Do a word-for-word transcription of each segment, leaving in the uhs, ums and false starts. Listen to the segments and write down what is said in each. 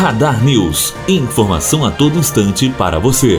Radar News. Informação a todo instante para você.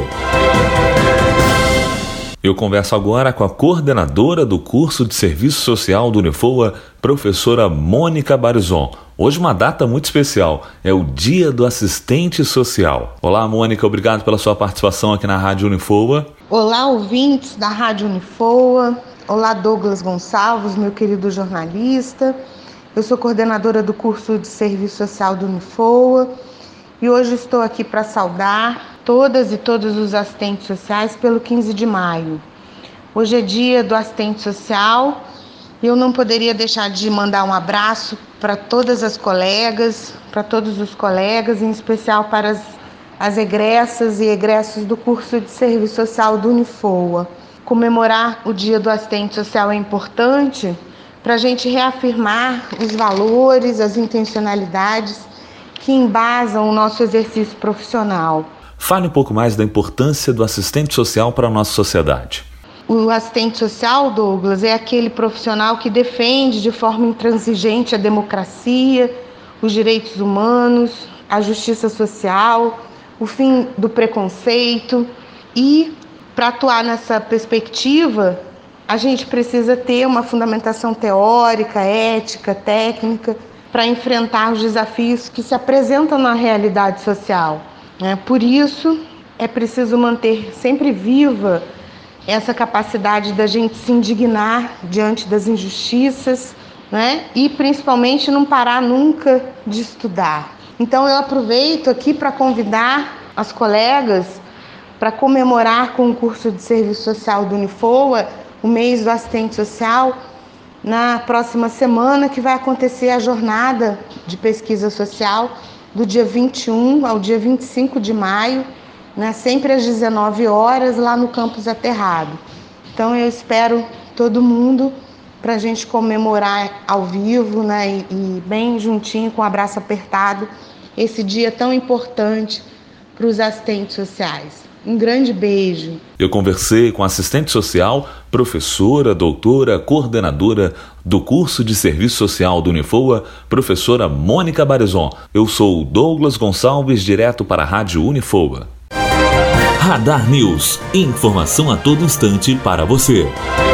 Eu converso agora com a coordenadora do curso de Serviço Social do Unifoa, professora Mônica Barizon. Hoje uma data muito especial, é o Dia do Assistente Social. Olá, Mônica, obrigado pela sua participação aqui na Rádio Unifoa. Olá, ouvintes da Rádio Unifoa. Olá, Douglas Gonçalves, meu querido jornalista. Eu sou coordenadora do curso de Serviço Social do Unifoa e hoje estou aqui para saudar todas e todos os assistentes sociais pelo quinze de maio. Hoje é dia do assistente social e eu não poderia deixar de mandar um abraço para todas as colegas, para todos os colegas, em especial para as, as egressas e egressos do curso de Serviço Social do Unifoa. Comemorar o dia do assistente social é importante para a gente reafirmar os valores, as intencionalidades que embasam o nosso exercício profissional. Fale um pouco mais da importância do assistente social para a nossa sociedade. O assistente social, Douglas, é aquele profissional que defende de forma intransigente a democracia, os direitos humanos, a justiça social, o fim do preconceito. E, para atuar nessa perspectiva, a gente precisa ter uma fundamentação teórica, ética, técnica, para enfrentar os desafios que se apresentam na realidade social. Por isso, é preciso manter sempre viva essa capacidade da gente se indignar diante das injustiças, né? E principalmente não parar nunca de estudar. Então eu aproveito aqui para convidar as colegas para comemorar com o curso de Serviço Social do Unifoa o mês do assistente social na próxima semana, que vai acontecer a jornada de pesquisa social do dia vinte e um ao dia vinte e cinco de maio, né, sempre às dezenove horas, lá no campus Aterrado. Então eu espero todo mundo para a gente comemorar ao vivo, né, e, e bem juntinho, com um abraço apertado, esse dia tão importante para os assistentes sociais. Um grande beijo. Eu conversei com a assistente social, professora, doutora, coordenadora do curso de Serviço Social do Unifoa, professora Mônica Barizon. Eu sou o Douglas Gonçalves, direto para a Rádio Unifoa. Radar News. Informação a todo instante para você.